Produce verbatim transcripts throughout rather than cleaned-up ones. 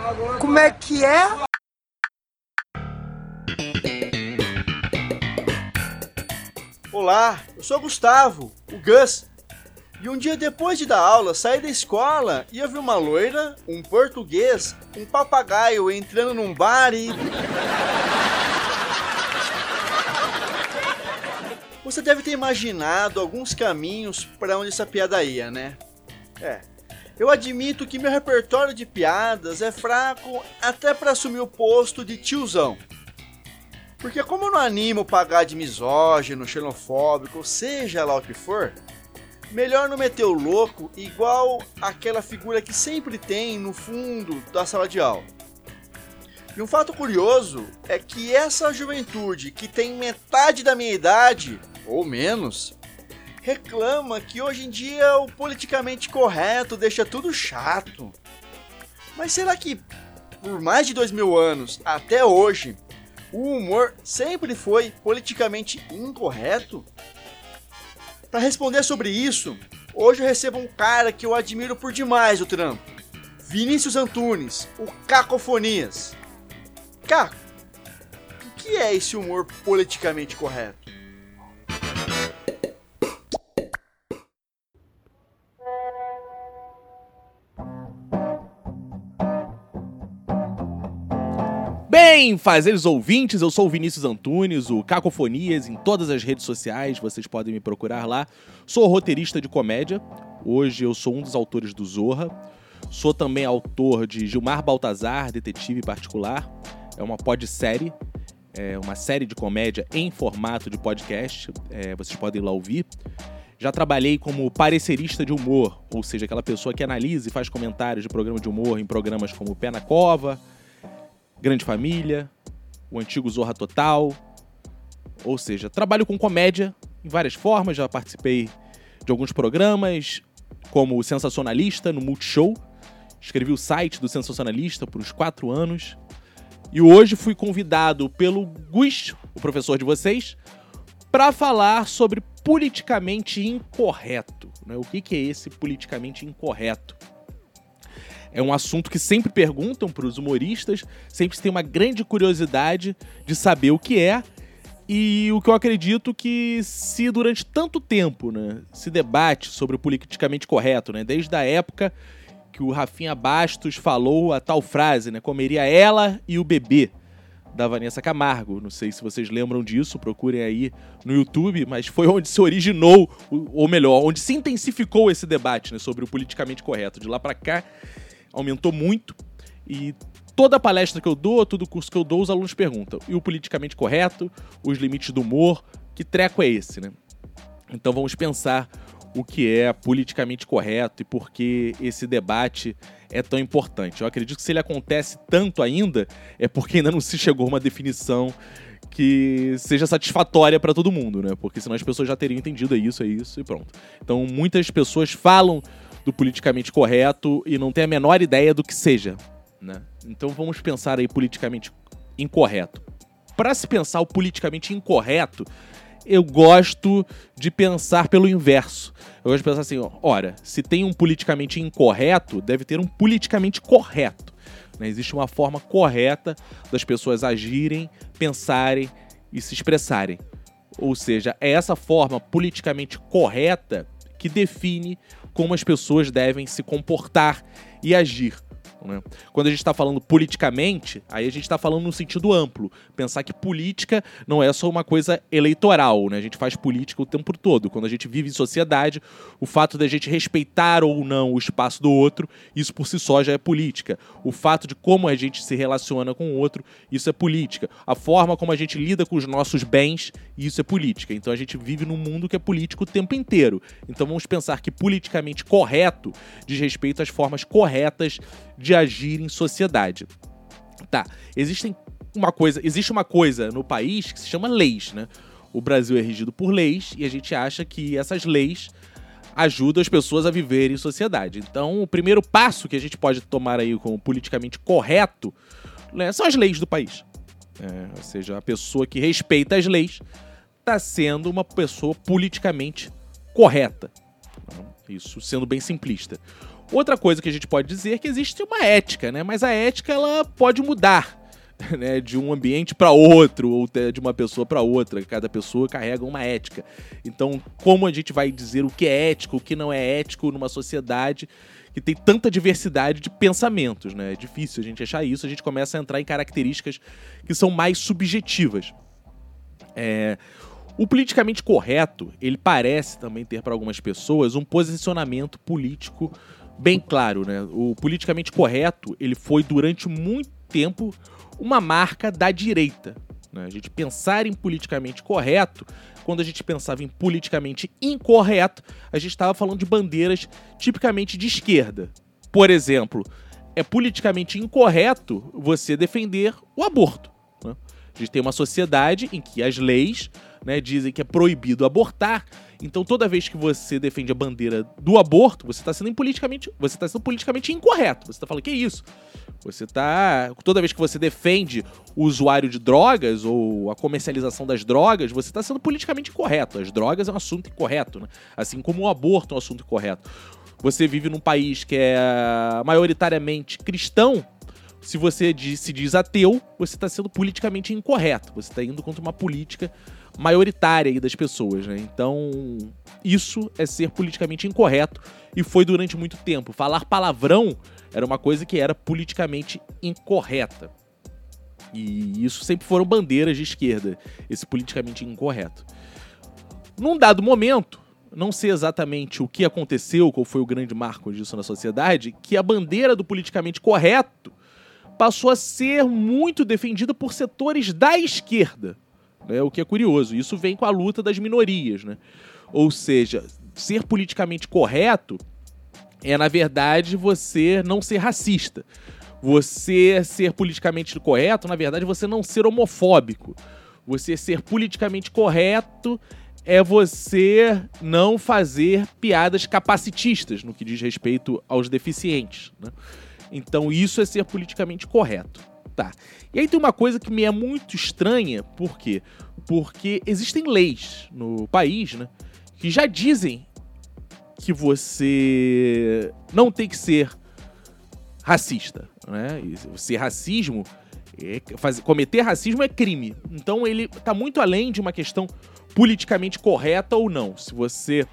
Como é que é? Olá, eu sou o Gustavo, o Gus. E um dia depois de dar aula, saí da escola e eu vi uma loira, um português, um papagaio entrando num bar e... Você deve ter imaginado alguns caminhos para onde essa piada ia, né? É, eu admito que meu repertório de piadas é fraco até para assumir o posto de tiozão. Porque como eu não animo pagar de misógino, xenofóbico, seja lá o que for, melhor não meter o louco igual aquela figura que sempre tem no fundo da sala de aula. E um fato curioso é que essa juventude que tem metade da minha idade, ou menos, reclama que hoje em dia o politicamente correto deixa tudo chato. Mas será que por mais de dois mil anos, até hoje, o humor sempre foi politicamente incorreto? Para responder sobre isso, hoje eu recebo um cara que eu admiro por demais o trampo. Vinícius Antunes, o Cacofonias. Caco, o que é esse humor politicamente correto? Bem, fazeres ouvintes, eu sou o Vinícius Antunes, o Cacofonias, em todas as redes sociais, vocês podem me procurar lá. Sou roteirista de comédia, hoje eu sou um dos autores do Zorra. Sou também autor de Gilmar Baltazar, Detetive Particular. É uma podsérie, é uma série de comédia em formato de podcast, é, vocês podem ir lá ouvir. Já trabalhei como parecerista de humor, ou seja, aquela pessoa que analisa e faz comentários de programa de humor em programas como Pé na Cova, Grande Família, o antigo Zorra Total. Ou seja, trabalho com comédia em várias formas, já participei de alguns programas, como o Sensacionalista no Multishow. Escrevi o site do Sensacionalista por uns quatro anos. E hoje fui convidado pelo Gus, o professor de vocês, para falar sobre politicamente incorreto, né? O que que é esse politicamente incorreto? É um assunto que sempre perguntam para os humoristas, sempre se tem uma grande curiosidade de saber o que é, e o que eu acredito que se durante tanto tempo, né, se debate sobre o politicamente correto, né, desde a época que o Rafinha Bastos falou a tal frase, né, comeria ela e o bebê, da Vanessa Camargo. Não sei se vocês lembram disso, procurem aí no YouTube, mas foi onde se originou, ou melhor, onde se intensificou esse debate, né, sobre o politicamente correto. De lá para cá, aumentou muito, e toda palestra que eu dou, todo curso que eu dou, os alunos perguntam: e o politicamente correto? Os limites do humor? Que treco é esse, né? Então vamos pensar o que é politicamente correto e por que esse debate é tão importante. Eu acredito que se ele acontece tanto ainda, é porque ainda não se chegou a uma definição que seja satisfatória para todo mundo, né? Porque senão as pessoas já teriam entendido, é isso, é isso e pronto. Então muitas pessoas falam do politicamente correto e não têm a menor ideia do que seja, né? Então vamos pensar aí politicamente incorreto. Para se pensar o politicamente incorreto, eu gosto de pensar pelo inverso. Eu gosto de pensar assim, ó, ora, se tem um politicamente incorreto, deve ter um politicamente correto, né? Existe uma forma correta das pessoas agirem, pensarem e se expressarem. Ou seja, é essa forma politicamente correta que define como as pessoas devem se comportar e agir, né? Quando a gente está falando politicamente, aí a gente está falando no sentido amplo. Pensar que política não é só uma coisa eleitoral, né? A gente faz política o tempo todo. Quando a gente vive em sociedade, o fato da gente respeitar ou não o espaço do outro, isso por si só já é política. O fato de como a gente se relaciona com o outro, isso é política. A forma como a gente lida com os nossos bens, isso é política. Então a gente vive num mundo que é político o tempo inteiro. Então vamos pensar que politicamente correto diz respeito às formas corretas de agir em sociedade. Tá, existem uma coisa, existe uma coisa no país que se chama leis, né? O Brasil é regido por leis e a gente acha que essas leis ajudam as pessoas a viverem em sociedade. Então, o primeiro passo que a gente pode tomar aí como politicamente correto, né, são as leis do país. É, ou seja, a pessoa que respeita as leis está sendo uma pessoa politicamente correta. Isso sendo bem simplista. Outra coisa que a gente pode dizer é que existe uma ética, né? Mas a ética ela pode mudar, né? De um ambiente para outro ou de uma pessoa para outra. Cada pessoa carrega uma ética. Então, como a gente vai dizer o que é ético, o que não é ético numa sociedade que tem tanta diversidade de pensamentos, né? É difícil a gente achar isso. A gente começa a entrar em características que são mais subjetivas. É... O politicamente correto, ele parece também ter para algumas pessoas um posicionamento político bem claro, né? O politicamente correto, ele foi durante muito tempo uma marca da direita, né? A gente pensar em politicamente correto, quando a gente pensava em politicamente incorreto, a gente estava falando de bandeiras tipicamente de esquerda. Por exemplo, é politicamente incorreto você defender o aborto, né? A gente tem uma sociedade em que as leis, né, dizem que é proibido abortar, então toda vez que você defende a bandeira do aborto, você está sendo politicamente, você está sendo politicamente incorreto. Você está falando que é isso. Você está, toda vez que você defende o usuário de drogas ou a comercialização das drogas, você está sendo politicamente incorreto. As drogas é um assunto incorreto, né? Assim como o aborto é um assunto incorreto. Você vive num país que é maioritariamente cristão. Se você diz, se diz ateu, você está sendo politicamente incorreto. Você está indo contra uma política maioritária aí das pessoas, né? Então, isso é ser politicamente incorreto e foi durante muito tempo. Falar palavrão era uma coisa que era politicamente incorreta. E isso sempre foram bandeiras de esquerda, esse politicamente incorreto. Num dado momento, não sei exatamente o que aconteceu, qual foi o grande marco disso na sociedade, que a bandeira do politicamente correto passou a ser muito defendida por setores da esquerda, né? O que é curioso. Isso vem com a luta das minorias, né? Ou seja, ser politicamente correto é, na verdade, você não ser racista. Você ser politicamente correto, na verdade, você não ser homofóbico. Você ser politicamente correto é você não fazer piadas capacitistas no que diz respeito aos deficientes, né? Então isso é ser politicamente correto. Tá. E aí tem uma coisa que me é muito estranha, por quê? Porque existem leis no país, né, que já dizem que você não tem que ser racista, né? E ser racismo, é, fazer, cometer racismo é crime. Então ele tá muito além de uma questão politicamente correta ou não. Se você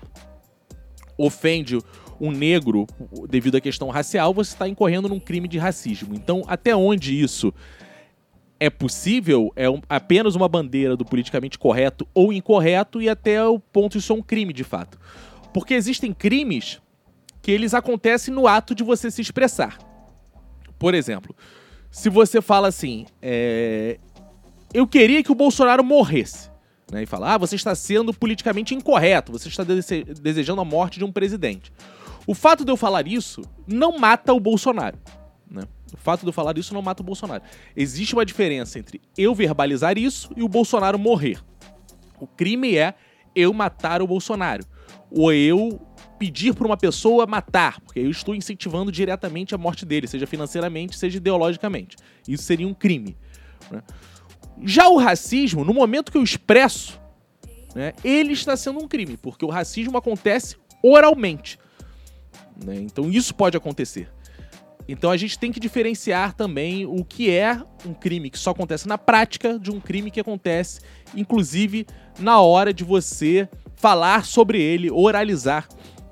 ofende um negro devido à questão racial, você está incorrendo num crime de racismo. Então, até onde isso é possível, é um, apenas uma bandeira do politicamente correto ou incorreto, e até o ponto isso é um crime, de fato. Porque existem crimes que eles acontecem no ato de você se expressar. Por exemplo, se você fala assim, é, eu queria que o Bolsonaro morresse, né, e fala, ah, você está sendo politicamente incorreto, você está dese- desejando a morte de um presidente. O fato de eu falar isso não mata o Bolsonaro, né? O fato de eu falar isso não mata o Bolsonaro. Existe uma diferença entre eu verbalizar isso e o Bolsonaro morrer. O crime é eu matar o Bolsonaro, ou eu pedir para uma pessoa matar, porque eu estou incentivando diretamente a morte dele, seja financeiramente, seja ideologicamente. Isso seria um crime, né? Já o racismo, no momento que eu expresso, né, ele está sendo um crime, porque o racismo acontece oralmente, né? Então isso pode acontecer. Então a gente tem que diferenciar também o que é um crime que só acontece na prática de um crime que acontece, inclusive, na hora de você falar sobre ele, oralizar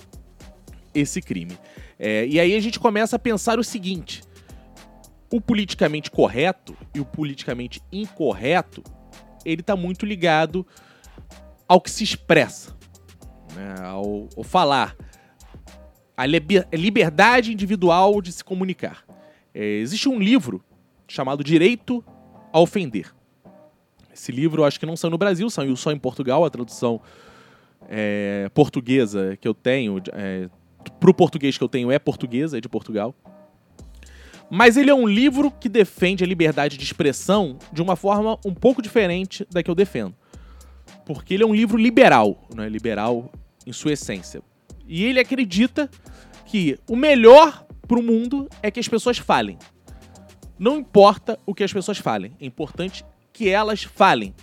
esse crime. É, e aí a gente começa a pensar o seguinte: o politicamente correto e o politicamente incorreto, ele está muito ligado ao que se expressa, né, ao, ao falar. A liberdade individual de se comunicar. É, existe um livro chamado Direito a Ofender. Esse livro eu acho que não saiu no Brasil, saiu só em Portugal. A tradução é, portuguesa que eu tenho, é, para o português que eu tenho é portuguesa, é de Portugal. Mas ele é um livro que defende a liberdade de expressão de uma forma um pouco diferente da que eu defendo. Porque ele é um livro liberal, né? Liberal em sua essência. E ele acredita que o melhor para o mundo é que as pessoas falem. Não importa o que as pessoas falem, é importante que elas falem.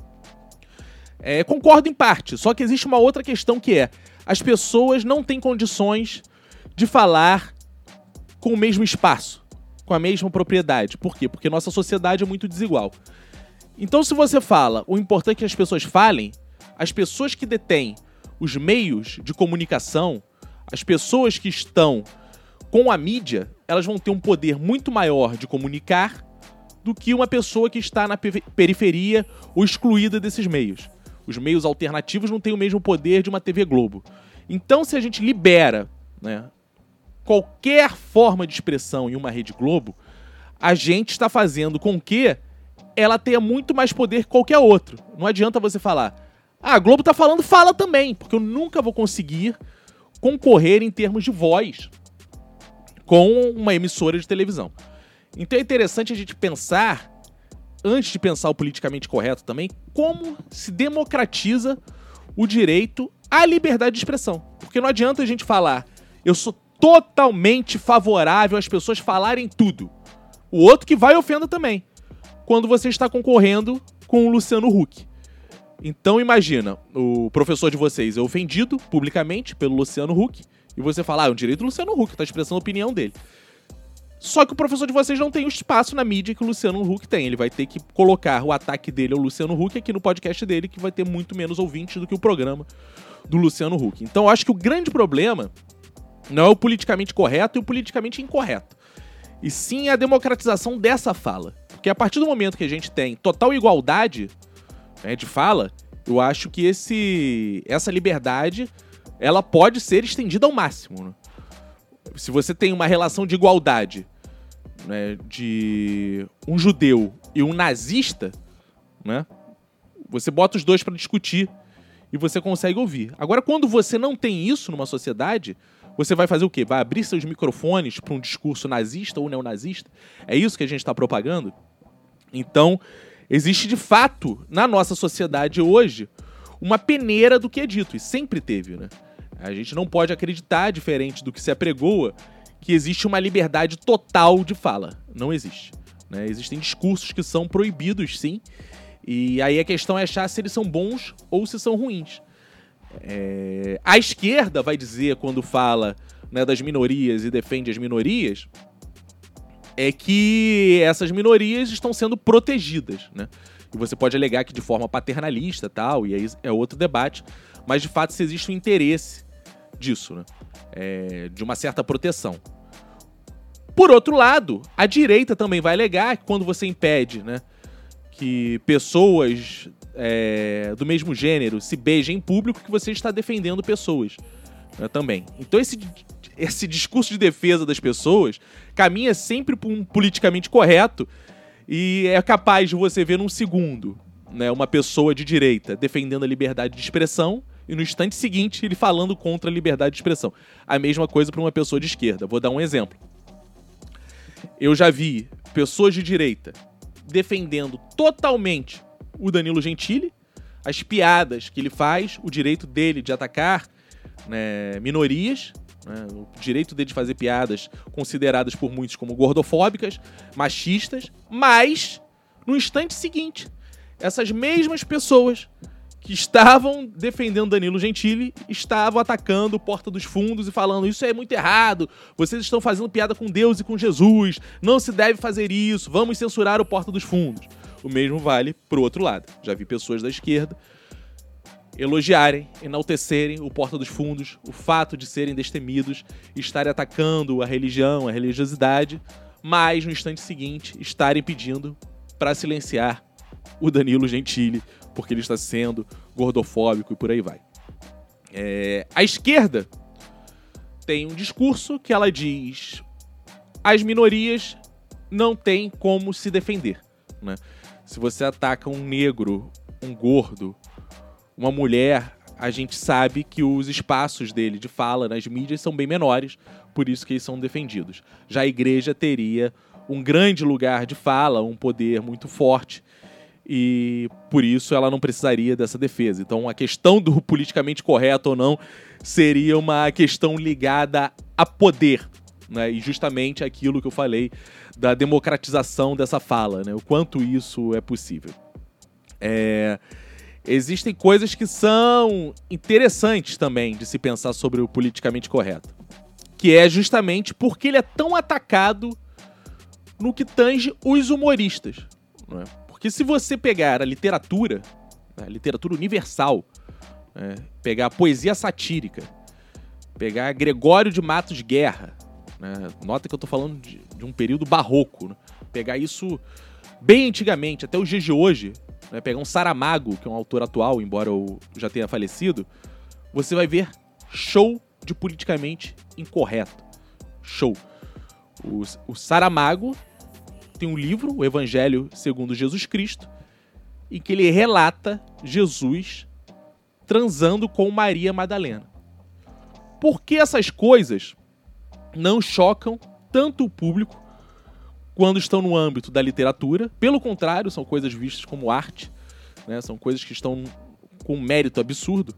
É, concordo em parte, só que existe uma outra questão que é: as pessoas não têm condições de falar com o mesmo espaço, com a mesma propriedade. Por quê? Porque nossa sociedade é muito desigual. Então, se você fala, o importante é que as pessoas falem, as pessoas que detêm os meios de comunicação, as pessoas que estão com a mídia, elas vão ter um poder muito maior de comunicar do que uma pessoa que está na periferia ou excluída desses meios. Os meios alternativos não têm o mesmo poder de uma T V Globo. Então, se a gente libera, né, qualquer forma de expressão em uma Rede Globo, a gente está fazendo com que ela tenha muito mais poder que qualquer outro. Não adianta você falar, ah, a Globo tá falando, fala também, porque eu nunca vou conseguir concorrer em termos de voz com uma emissora de televisão. Então é interessante a gente pensar, antes de pensar o politicamente correto também, como se democratiza o direito à liberdade de expressão. Porque não adianta a gente falar, eu sou totalmente favorável às pessoas falarem tudo. O outro que vai ofenda também, quando você está concorrendo com o Luciano Huck. Então imagina, o professor de vocês é ofendido publicamente pelo Luciano Huck, e você fala, ah, é um direito do Luciano Huck, tá expressando a opinião dele. Só que o professor de vocês não tem o espaço na mídia que o Luciano Huck tem. Ele vai ter que colocar o ataque dele ao Luciano Huck aqui no podcast dele, que vai ter muito menos ouvintes do que o programa do Luciano Huck. Então eu acho que o grande problema não é o politicamente correto e o politicamente incorreto, e sim a democratização dessa fala. Porque a partir do momento que a gente tem total igualdade, né, de fala, eu acho que esse, essa liberdade ela pode ser estendida ao máximo, né? Se você tem uma relação de igualdade, né, de um judeu e um nazista, né, você bota os dois para discutir e você consegue ouvir. Agora, quando você não tem isso numa sociedade, você vai fazer o quê? Vai abrir seus microfones para um discurso nazista ou neonazista? É isso que a gente está propagando? Então, existe de fato, na nossa sociedade hoje, uma peneira do que é dito, e sempre teve, né? A gente não pode acreditar, diferente do que se apregoa, que existe uma liberdade total de fala. Não existe, né? Existem discursos que são proibidos, sim, e aí a questão é achar se eles são bons ou se são ruins. É... A esquerda vai dizer, quando fala, né, das minorias e defende as minorias, é que essas minorias estão sendo protegidas, né? E você pode alegar que de forma paternalista e tal, e aí é outro debate, mas de fato se existe um interesse disso, né? É, de uma certa proteção. Por outro lado, a direita também vai alegar que quando você impede, né, que pessoas é, do mesmo gênero se beijem em público, que você está defendendo pessoas, né, também. Então esse, esse discurso de defesa das pessoas caminha sempre para um politicamente correto e é capaz de você ver num segundo, né, uma pessoa de direita defendendo a liberdade de expressão e no instante seguinte ele falando contra a liberdade de expressão. A mesma coisa para uma pessoa de esquerda. Vou dar um exemplo. Eu já vi pessoas de direita defendendo totalmente o Danilo Gentili, as piadas que ele faz, o direito dele de atacar, né, minorias, né, o direito dele de fazer piadas consideradas por muitos como gordofóbicas, machistas, mas no instante seguinte, essas mesmas pessoas que estavam defendendo Danilo Gentili estavam atacando o Porta dos Fundos e falando, isso é muito errado, vocês estão fazendo piada com Deus e com Jesus, não se deve fazer isso, vamos censurar o Porta dos Fundos. O mesmo vale pro outro lado. Já vi pessoas da esquerda elogiarem, enaltecerem o Porta dos Fundos, o fato de serem destemidos, estarem atacando a religião, a religiosidade, mas no instante seguinte estarem pedindo para silenciar o Danilo Gentili, porque ele está sendo gordofóbico e por aí vai. É, a esquerda tem um discurso que ela diz as minorias não têm como se defender, né? Se você ataca um negro, um gordo, uma mulher, a gente sabe que os espaços dele de fala nas mídias são bem menores, por isso que eles são defendidos. Já a igreja teria um grande lugar de fala, um poder muito forte, e por isso ela não precisaria dessa defesa. Então a questão do politicamente correto ou não seria uma questão ligada a poder, né? E justamente aquilo que eu falei da democratização dessa fala, né? O quanto isso é possível. É... Existem coisas que são interessantes também de se pensar sobre o politicamente correto. que é justamente porque ele é tão atacado no que tange os humoristas. Não é? Porque se você pegar a literatura, a literatura universal, é, pegar a poesia satírica, pegar Gregório de Matos Guerra, né? Nota que eu tô falando de, de um período barroco, né? Pegar isso bem antigamente, até os dias de hoje, né? Pegar um Saramago, que é um autor atual, embora eu já tenha falecido, você vai ver show de politicamente incorreto. Show. O, o Saramago tem um livro, o Evangelho segundo Jesus Cristo, em que ele relata Jesus transando com Maria Madalena. Por que essas coisas não chocam tanto o público quando estão no âmbito da literatura? Pelo contrário, são coisas vistas como arte, né? São coisas que estão com um mérito absurdo.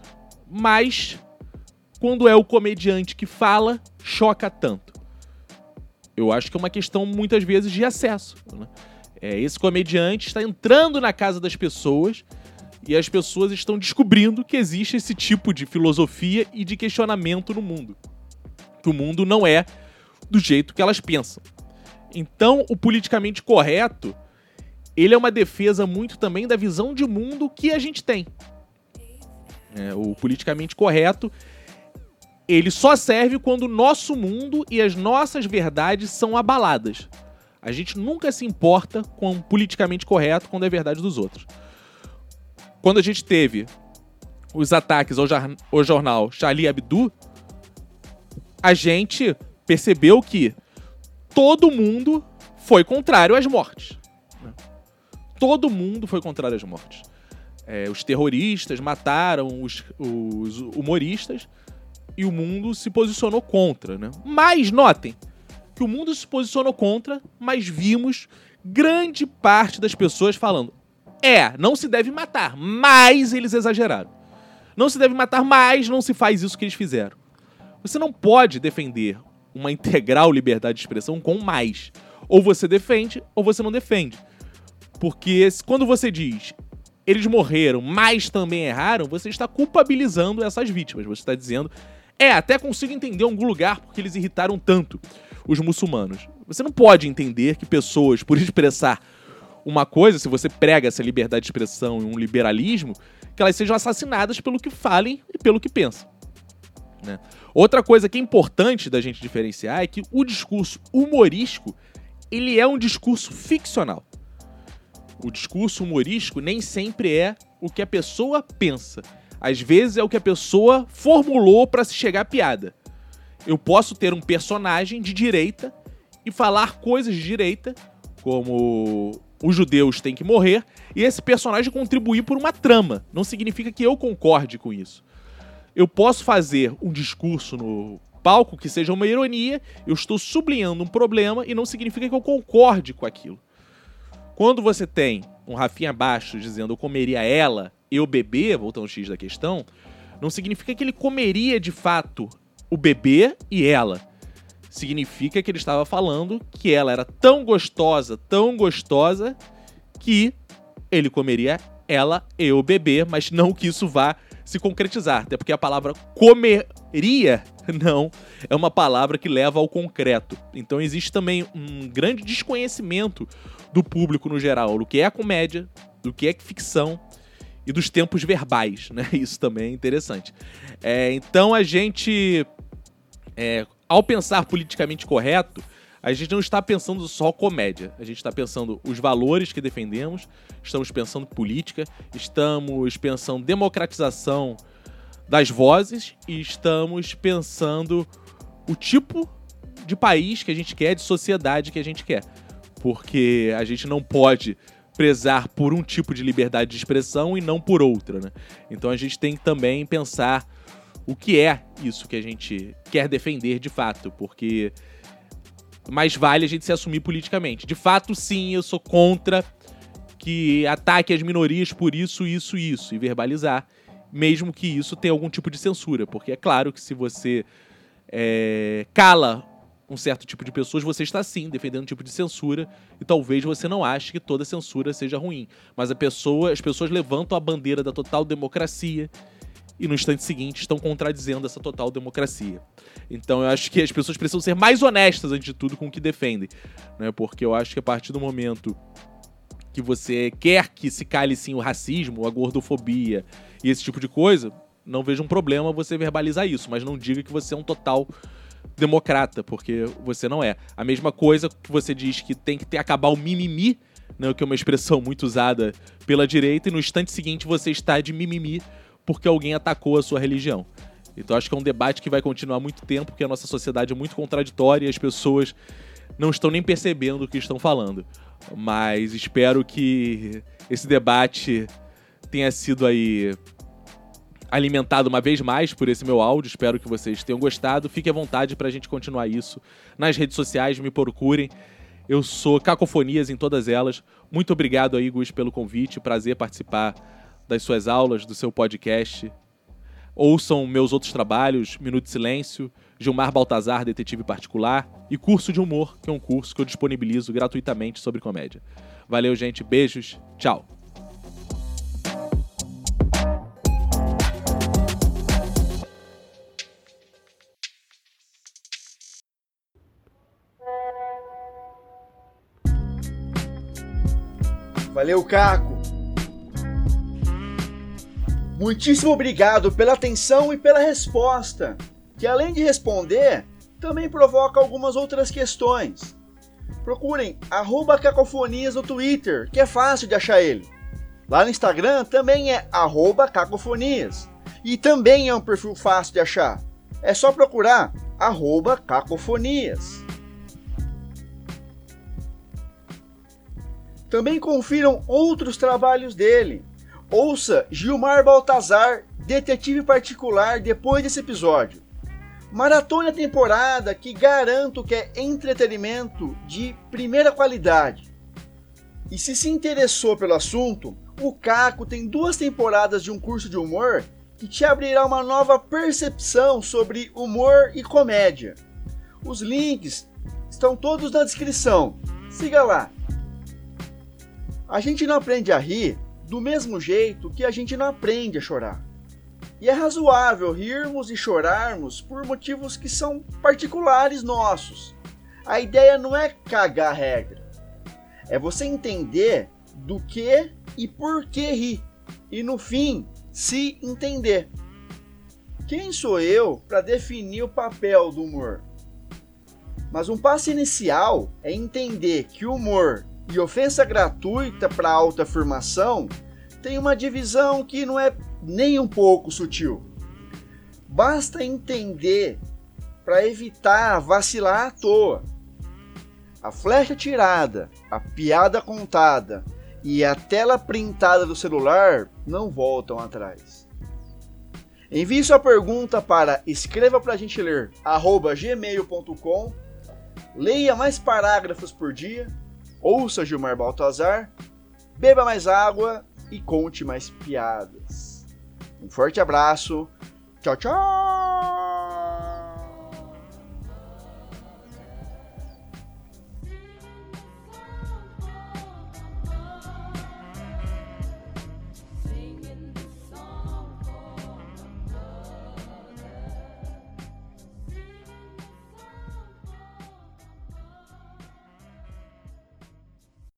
Mas, quando é o comediante que fala, choca tanto. Eu acho que é uma questão, muitas vezes, de acesso, né? É, esse comediante está entrando na casa das pessoas e as pessoas estão descobrindo que existe esse tipo de filosofia e de questionamento no mundo. Que o mundo não é do jeito que elas pensam. Então, o politicamente correto, ele é uma defesa muito também da visão de mundo que a gente tem. É, o politicamente correto, ele só serve quando o nosso mundo e as nossas verdades são abaladas. A gente nunca se importa com o politicamente correto quando é verdade dos outros. Quando a gente teve os ataques ao, ao jornal Charlie Hebdo, a gente percebeu que todo mundo foi contrário às mortes. Todo mundo foi contrário às mortes. É, os terroristas mataram os, os humoristas e o mundo se posicionou contra, né? Mas notem que o mundo se posicionou contra, mas vimos grande parte das pessoas falando: é, não se deve matar, mas eles exageraram. Não se deve matar, mas não se faz isso que eles fizeram. Você não pode defender uma integral liberdade de expressão com mais. Ou você defende, ou você não defende. Porque quando você diz eles morreram, mas também erraram, você está culpabilizando essas vítimas. Você está dizendo, é, até consigo entender algum lugar porque eles irritaram tanto os muçulmanos. Você não pode entender que pessoas, por expressar uma coisa, se você prega essa liberdade de expressão e um liberalismo, que elas sejam assassinadas pelo que falem e pelo que pensam. Né? Outra coisa que é importante da gente diferenciar é que o discurso humorístico, ele é um discurso ficcional. O discurso humorístico nem sempre é o que a pessoa pensa. Às vezes é o que a pessoa formulou para se chegar à piada. Eu posso ter um personagem de direita e falar coisas de direita, como os judeus têm que morrer, e esse personagem contribuir por uma trama. Não significa que eu concorde com isso. Eu posso fazer um discurso no palco que seja uma ironia, eu estou sublinhando um problema e não significa que eu concorde com aquilo. Quando você tem um Rafinha Bastos dizendo eu comeria ela, eu bebê, voltando ao X da questão, não significa que ele comeria de fato o bebê e ela. Significa que ele estava falando que ela era tão gostosa, tão gostosa, que ele comeria ela e o bebê, mas não que isso vá se concretizar. Até porque a palavra comeria não é uma palavra que leva ao concreto. Então existe também um grande desconhecimento do público no geral, do que é comédia, do que é ficção e dos tempos verbais, né? Isso também é interessante. É, então a gente, é, ao pensar politicamente correto, a gente não está pensando só comédia. A gente está pensando os valores que defendemos, estamos pensando política, estamos pensando democratização das vozes e estamos pensando o tipo de país que a gente quer, de sociedade que a gente quer. Porque a gente não pode prezar por um tipo de liberdade de expressão e não por outra, né? Então a gente tem que também pensar o que é isso que a gente quer defender de fato, porque mais vale a gente se assumir politicamente. De fato, sim, eu sou contra que ataque as minorias por isso, isso e isso, e verbalizar, mesmo que isso tenha algum tipo de censura, porque é claro que se você é, cala um certo tipo de pessoas, você está sim defendendo um tipo de censura, e talvez você não ache que toda censura seja ruim, mas a pessoa, as pessoas levantam a bandeira da total democracia e no instante seguinte estão contradizendo essa total democracia. Então eu acho que as pessoas precisam ser mais honestas, antes de tudo, com o que defendem, né? Porque eu acho que a partir do momento que você quer que se cale sim o racismo, a gordofobia e esse tipo de coisa, não vejo um problema você verbalizar isso, mas não diga que você é um total democrata, porque você não é. A mesma coisa que você diz que tem que ter, acabar o mimimi, né, que é uma expressão muito usada pela direita, e no instante seguinte você está de mimimi porque alguém atacou a sua religião. Então acho que é um debate que vai continuar muito tempo, porque a nossa sociedade é muito contraditória e as pessoas não estão nem percebendo o que estão falando. Mas espero que esse debate tenha sido aí alimentado uma vez mais por esse meu áudio. Espero que vocês tenham gostado. Fique à vontade para a gente continuar isso nas redes sociais, me procurem. Eu sou Cacofonias em todas elas. Muito obrigado aí, Gus, pelo convite. Prazer participar das suas aulas, do seu podcast. Ouçam meus outros trabalhos, Minuto de Silêncio, Gilmar Baltazar, Detetive Particular, e Curso de Humor, que é um curso que eu disponibilizo gratuitamente sobre comédia. Valeu, gente. Beijos. Tchau. Valeu, Caco. Muitíssimo obrigado pela atenção e pela resposta, que além de responder, também provoca algumas outras questões. Procurem arroba cacofonias no Twitter, que é fácil de achar ele. Lá no Instagram também é arroba cacofonias, e também é um perfil fácil de achar. É só procurar arroba cacofonias. Também confiram outros trabalhos dele. Ouça Gilmar Baltazar, Detetive Particular, depois desse episódio. Maratone a temporada, que garanto que é entretenimento de primeira qualidade. E se se interessou pelo assunto, o Caco tem duas temporadas de um curso de humor que te abrirá uma nova percepção sobre humor e comédia. Os links estão todos na descrição. Siga lá. A gente não aprende a rir do mesmo jeito que a gente não aprende a chorar. E é razoável rirmos e chorarmos por motivos que são particulares nossos. A ideia não é cagar a regra. É você entender do que e por que rir. E no fim, se entender. Quem sou eu para definir o papel do humor? Mas um passo inicial é entender que o humor e ofensa gratuita para autoafirmação tem uma divisão que não é nem um pouco sutil. Basta entender para evitar vacilar à toa. A flecha tirada, a piada contada e a tela printada do celular não voltam atrás. Envie sua pergunta para escreva pra gente ler arroba gmail ponto com, leia mais parágrafos por dia, ouça Gilmar Baltazar, beba mais água e conte mais piadas. Um forte abraço. Tchau, tchau!